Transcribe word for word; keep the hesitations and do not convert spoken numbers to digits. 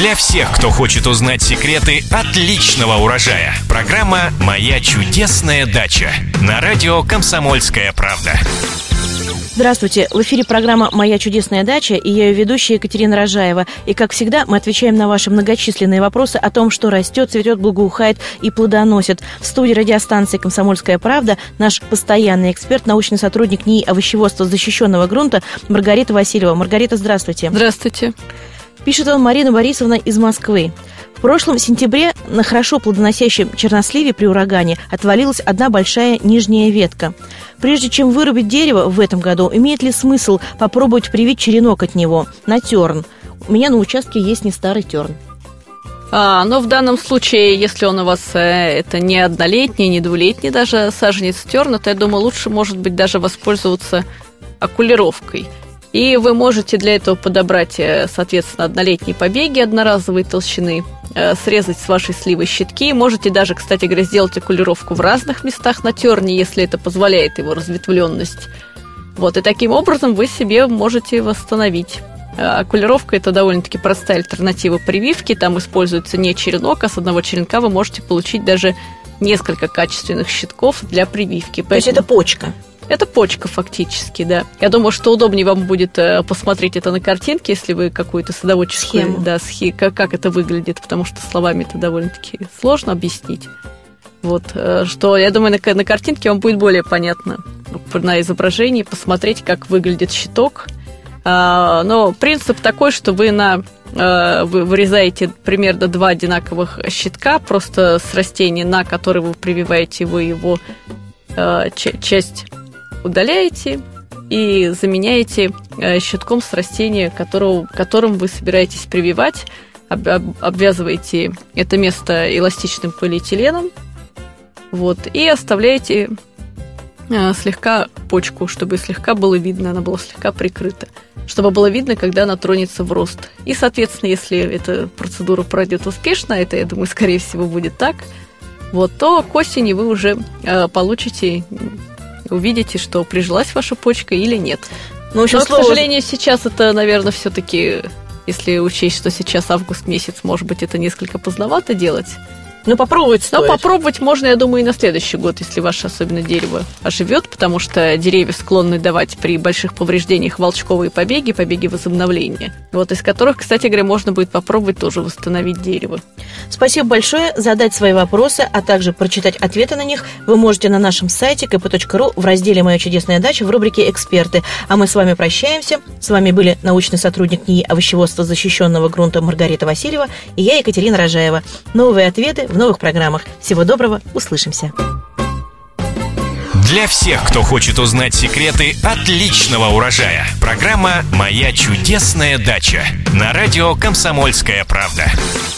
Для всех, кто хочет узнать секреты отличного урожая. Программа «Моя чудесная дача» на радио «Комсомольская правда». Здравствуйте, в эфире программа «Моя чудесная дача» и я ее ведущая Екатерина Рожаева. И, как всегда, мы отвечаем на ваши многочисленные вопросы о том, что растет, цветет, благоухает и плодоносит. В студии радиостанции «Комсомольская правда» наш постоянный эксперт, научный сотрудник НИИ овощеводства защищенного грунта Маргарита Васильева. Маргарита, здравствуйте. Здравствуйте. Пишет он Марина Борисовна из Москвы. В прошлом сентябре на хорошо плодоносящем черносливе при урагане отвалилась одна большая нижняя ветка. Прежде чем вырубить дерево в этом году, имеет ли смысл попробовать привить черенок от него на терн? У меня на участке есть не старый терн. А, но в данном случае, если он у вас э, это не однолетний, не двулетний даже саженец терна, то я думаю, лучше, может быть, даже воспользоваться окулировкой. И вы можете для этого подобрать, соответственно, однолетние побеги одноразовой толщины, срезать с вашей сливы щитки. Можете даже, кстати говоря, сделать окулировку в разных местах на терне, если это позволяет его разветвленность. Вот, и таким образом вы себе можете восстановить. Окулировка – это довольно-таки простая альтернатива прививке. Там используется не черенок, а с одного черенка вы можете получить даже несколько качественных щитков для прививки. То есть это почка? Это почка фактически, да. Я думаю, что удобнее вам будет э, посмотреть это на картинке, если вы какую-то садоводческую схему, да, схему, как, как это выглядит, потому что словами это довольно-таки сложно объяснить. Вот, э, что, я думаю, на, на картинке вам будет более понятно на изображении посмотреть, как выглядит щиток. А, но принцип такой, что вы на э, вы вырезаете примерно два одинаковых щитка просто с растения, на который вы прививаете, вы его э, ч- часть удаляете и заменяете э, щитком с растения, которого, которым вы собираетесь прививать, об, об, обвязываете это место эластичным полиэтиленом, вот, и оставляете э, слегка почку, чтобы слегка было видно, она была слегка прикрыта, чтобы было видно, когда она тронется в рост. И, соответственно, если эта процедура пройдет успешно, это, я думаю, скорее всего, будет так, вот, то к осени вы уже э, получите... увидите, что прижилась ваша почка или нет. Ну, в общем, Но, слово... к сожалению, сейчас это, наверное, все-таки, если учесть, что сейчас август месяц, может быть, это несколько поздновато делать. Ну, попробовать стоит. Но попробовать можно, я думаю, и на следующий год, если ваше особенно дерево оживет, потому что деревья склонны давать при больших повреждениях волчковые побеги, побеги возобновления, вот, из которых, кстати говоря, можно будет попробовать тоже восстановить дерево. Спасибо большое. Задать свои вопросы, а также прочитать ответы на них вы можете на нашем сайте ка пэ точка ру в разделе «Моя чудесная дача» в рубрике «Эксперты». А мы с вами прощаемся. С вами были научный сотрудник НИИ овощеводства защищенного грунта Маргарита Васильева и я, Екатерина Рожаева. Новые ответы в новых программах. Всего доброго, услышимся. Для всех, кто хочет узнать секреты отличного урожая. Программа «Моя чудесная дача» на радио «Комсомольская правда».